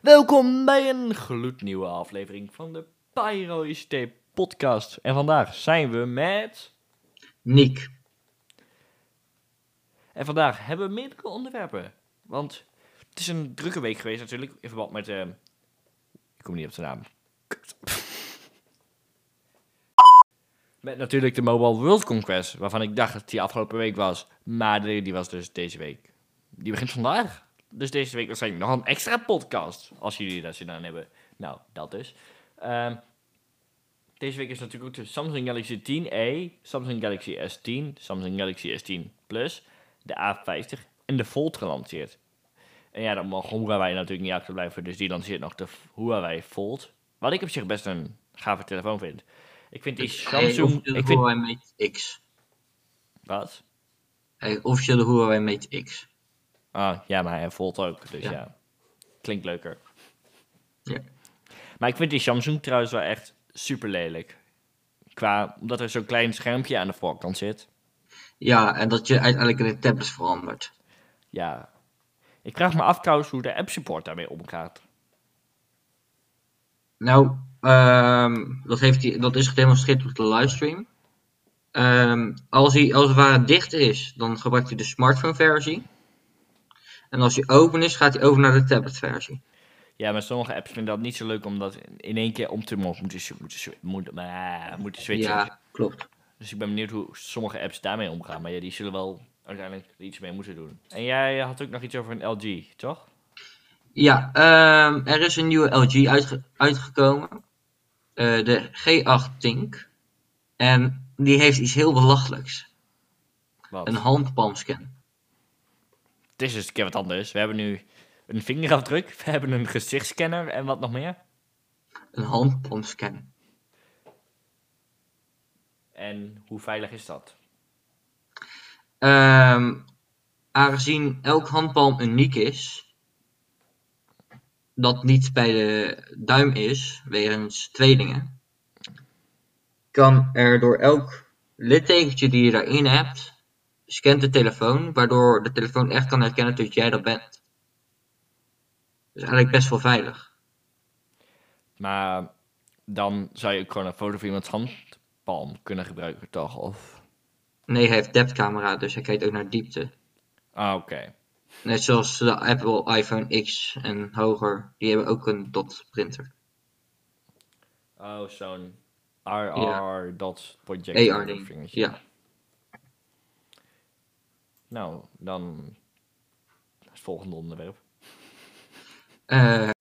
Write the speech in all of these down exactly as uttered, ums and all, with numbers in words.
Welkom bij een gloednieuwe aflevering van de Pyro I C T podcast. En vandaag zijn we met... Nick. En vandaag hebben we meerdere onderwerpen. Want het is een drukke week geweest natuurlijk, in verband met... Uh... Ik kom niet op de naam. Kut. Met natuurlijk de Mobile World Conquest, waarvan ik dacht dat die afgelopen week was. Maar die, die was dus deze week. Die begint vandaag. Dus deze week waarschijnlijk nog een extra podcast. Als jullie daar zin aan hebben. Nou, dat dus. Uh, deze week is natuurlijk ook de Samsung Galaxy tien E, Samsung Galaxy S tien, Samsung Galaxy S tien Plus, de A vijftig en de Fold gelanceerd. En ja, dan mag Huawei natuurlijk niet achterblijven. Dus die lanceert nog de Huawei Fold. Wat ik op zich best een gave telefoon vind. Ik vind die Samsung... De ik Huawei vind... Mate X. Wat? Hey, officiële Huawei Mate X. Ah, ja, maar hij Fold ook. Dus ja. Ja. Klinkt leuker. Ja. Maar ik vind die Samsung trouwens wel echt super lelijk. Qua, omdat er zo'n klein schermpje aan de voorkant zit. Ja, en dat je uiteindelijk in een tablet verandert. Ja. Ik vraag me af trouwens hoe de app support daarmee omgaat. Nou, um, dat, heeft hij, dat is gedemonstreerd op de livestream. Um, als hij als het ware dicht is, dan gebruikt hij de smartphone versie. En als hij open is, gaat hij over naar de tablet versie. Ja, maar sommige apps vinden dat niet zo leuk om dat in één keer om te moeten, moeten, moeten, moeten, uh, moeten switchen. Ja, klopt. Dus ik ben benieuwd hoe sommige apps daarmee omgaan. Maar ja, die zullen wel uiteindelijk er iets mee moeten doen. En jij had ook nog iets over een L G, toch? Ja, um, er is een nieuwe L G uitge uitgekomen. Uh, de G acht Tink. En die heeft iets heel belachelijks. Wat? Een handpalmscan. Het is dus een keer wat anders. We hebben nu een vingerafdruk, we hebben een gezichtsscanner en wat nog meer? Een handpalmscan. En hoe veilig is dat? Um, aangezien elk handpalm uniek is, dat niet bij de duim is, wegens tweelingen, kan er door elk littekentje die je daarin hebt, scant de telefoon, waardoor de telefoon echt kan herkennen dat jij dat bent. Dus eigenlijk best wel veilig. Maar dan zou je ook gewoon een foto van iemands handpalm kunnen gebruiken, toch? Of... Nee, hij heeft depthcamera, dus hij kijkt ook naar diepte. Ah, oké. Okay. Net zoals de Apple iPhone X en hoger, die hebben ook een dot printer. Oh, zo'n R R Ja. dot projector. A R ding, ja. Nou, dan het volgende onderwerp. Uh,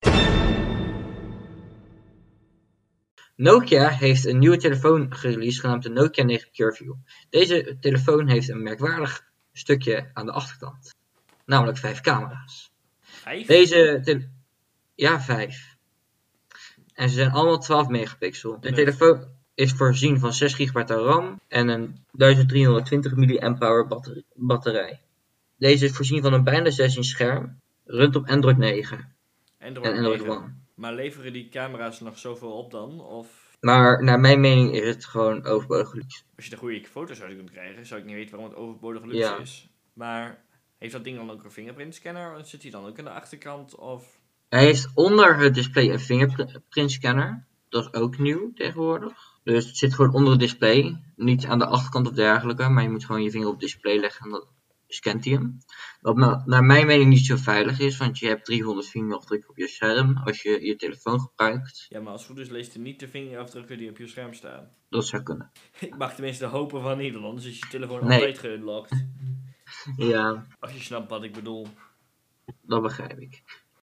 Nokia heeft een nieuwe telefoon gereleased genaamd de Nokia negen Curview. Deze telefoon heeft een merkwaardig stukje aan de achterkant. Namelijk vijf camera's. Vijf? Deze te- Ja, vijf. En ze zijn allemaal twaalf megapixel. De telefoon is voorzien van zes gigabyte RAM en een duizend driehonderdtwintig milliampère batterij. Deze is voorzien van een bijna zes inch scherm, runt op Android negen. Android en Android negen. One. Maar leveren die camera's nog zoveel op dan? Of... Maar naar mijn mening is het gewoon overbodig luxe. Als je de goede foto's zou kunnen krijgen, zou ik niet weten waarom het overbodig luxe Ja. is. Maar heeft dat ding dan ook een fingerprintscanner? Of zit hij dan ook aan de achterkant? Of... Hij heeft onder het display een fingerprintscanner. Dat is ook nieuw tegenwoordig. Dus het zit gewoon onder het display. Niet aan de achterkant of dergelijke. Maar je moet gewoon je vinger op het display leggen en dan scant hij hem. Wat nou, naar mijn mening niet zo veilig is. Want je hebt driehonderd vingerafdrukken op je scherm als je je telefoon gebruikt. Ja, maar als het goed is leest hij niet de vingerafdrukken die op je scherm staan. Dat zou kunnen. Ik mag tenminste hopen van niet, anders is je telefoon Nee. altijd geunlocked. Ja, Als je snapt wat ik bedoel. dat begrijp ik.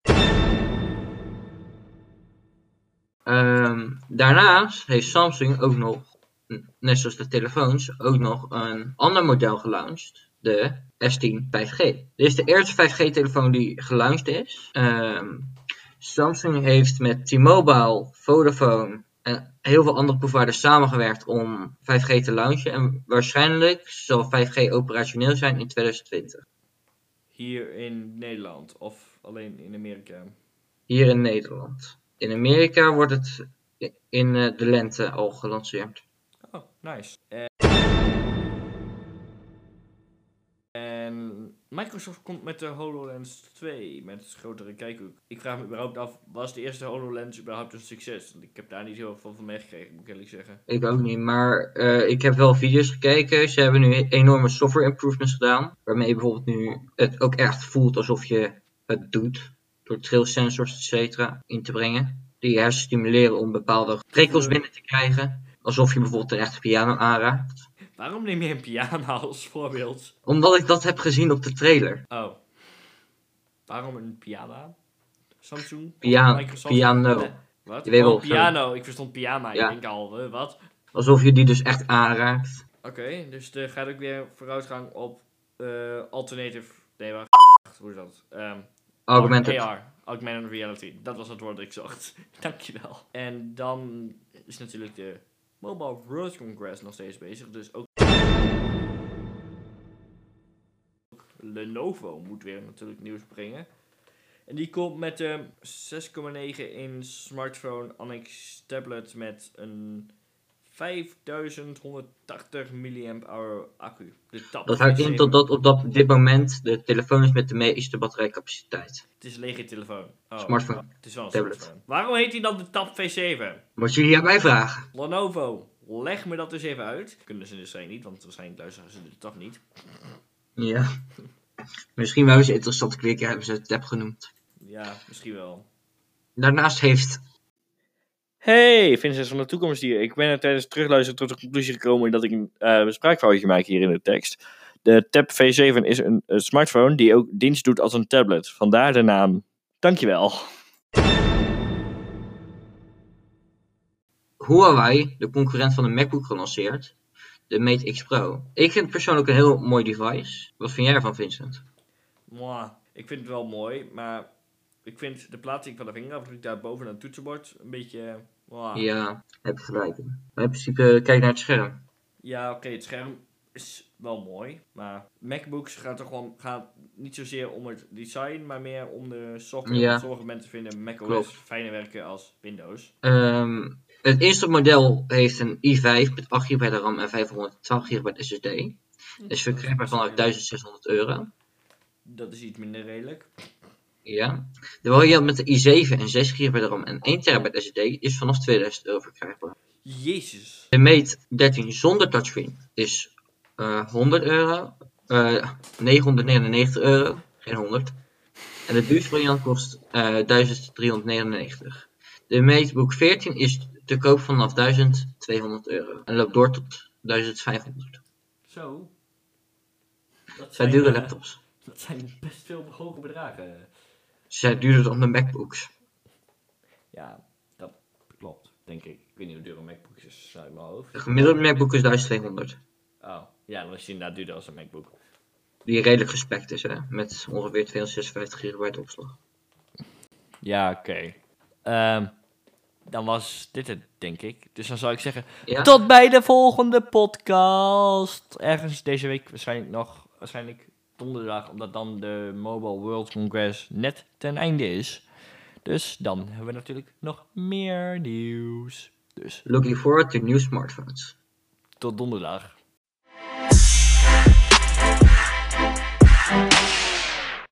Um, daarnaast heeft Samsung ook nog, net zoals de telefoons, ook nog een ander model gelaunched. De S tien vijf G. Dit is de eerste vijf G telefoon die gelaunched is. Um, Samsung heeft met T-Mobile, Vodafone en heel veel andere providers samengewerkt om vijf G te launchen. En waarschijnlijk zal vijf G operationeel zijn in twintig twintig. Hier in Nederland of alleen in Amerika? Hier in Nederland. In Amerika wordt het in uh, de lente al gelanceerd. Oh, nice. En, en Microsoft komt met de HoloLens twee, met grotere kijkhoek. Ik vraag me überhaupt af, was de eerste HoloLens überhaupt een succes? Want ik heb daar niet heel veel van meegekregen, moet ik eerlijk zeggen. Ik ook niet, maar uh, ik heb wel video's gekeken. Ze hebben nu enorme software improvements gedaan. Waarmee je bijvoorbeeld nu het ook echt voelt alsof je het doet. Door trillsensors, et cetera, in te brengen. Die je hersenen stimuleren om bepaalde prikkels binnen te krijgen. Alsof je bijvoorbeeld een echte piano aanraakt. Waarom neem je een piano als voorbeeld? Omdat ik dat heb gezien op de trailer. Oh. Waarom een piano? Samsung? Piano. Microsoft? Piano. Nee. Wat? Je weet wel, Oh, piano. Ik verstond pyjama. Ja. Ik denk al, uh, wat? Alsof je die dus echt aanraakt. Oké, okay, dus er gaat ook weer vooruitgang op uh, alternative... Nee, wacht. Hoe is dat? Um, Augmented. A R. Augmented reality. Dat was het woord dat ik zocht. Dankjewel. En dan is natuurlijk de Mobile World Congress nog steeds bezig. Dus ook... Lenovo moet weer natuurlijk nieuws brengen. En die komt met de zes komma negen inch smartphone Onyx tablet met een vijfduizend honderdtachtig milliampère accu. De Tab Dat houdt in totdat op dat, dit moment de telefoon is met de meeste batterijcapaciteit. Het is een lege telefoon. Oh, Smartphone. Het is wel een Tablet. smartphone. Waarom heet hij dan de Tab V zeven? Moet jullie aan mij vragen? Lenovo, leg me dat dus even uit. Kunnen ze dus niet, want waarschijnlijk luisteren ze dit toch niet. Ja. Misschien wel eens interessant keer hebben ze het tab genoemd. Ja, misschien wel. Daarnaast heeft... Hey, Vincent van de toekomst hier. Ik ben er tijdens het terugluisteren tot de conclusie gekomen dat ik een uh, spraakfoutje maak hier in de tekst. De Tab V zeven is een, een smartphone die ook dienst doet als een tablet. Vandaar de naam. Dankjewel. Huawei, de concurrent van de MacBook, gelanceerd. De Mate X Pro. Ik vind het persoonlijk een heel mooi device. Wat vind jij ervan, Vincent? Mwah, ik vind het wel mooi, maar ik vind de plaatsing van de vingerafdruk daar boven aan het toetsenbord een beetje... Mwah. Ja, heb je gelijk. Maar in principe, kijk naar het scherm. Ja, oké, okay, het scherm is wel mooi, maar MacBooks gaan toch gewoon gaan niet zozeer om het design, maar meer om de software. Ja. Want sommige mensen vinden macOS Klopt. fijner werken als Windows. Um, het eerste model heeft een i vijf met acht gigabyte RAM en vijfhonderdtwaalf gigabyte S S D. Het is verkrijgbaar vanaf duizend zeshonderd euro. Dat is iets minder redelijk. Ja. De variant met de i zeven en zes gigabyte RAM en één terabyte S S D is vanaf tweeduizend euro verkrijgbaar. Jezus. De Mate dertien zonder touchscreen is uh, honderd euro. Uh, negenhonderdnegenennegentig euro. Geen honderd. En de duurste variant kost uh, duizend driehonderdnegenennegentig. De MateBook veertien is te koop vanaf duizend tweehonderd euro. En loopt door tot duizend vijfhonderd. Zo. Dat zijn dure laptops. Dat zijn best veel hoge bedragen. Ze zijn duurder dan de MacBooks. Ja, dat klopt, denk ik. Ik weet niet hoe duur een MacBook is uit mijn hoofd. De gemiddelde MacBook is duizend tweehonderd. Oh, ja, dan is die inderdaad duurder als een MacBook. Die redelijk gespekt is, hè. Met ongeveer tweehonderdzesenvijftig gigabyte opslag. Ja, oké. Okay. Um, dan was dit het, denk ik. Dus dan zou ik zeggen, Ja? tot bij de volgende podcast. Ergens deze week waarschijnlijk nog, waarschijnlijk donderdag, omdat dan de Mobile World Congress net ten einde is. Dus dan hebben we natuurlijk nog meer nieuws. Dus Looking forward to new smartphones. tot donderdag.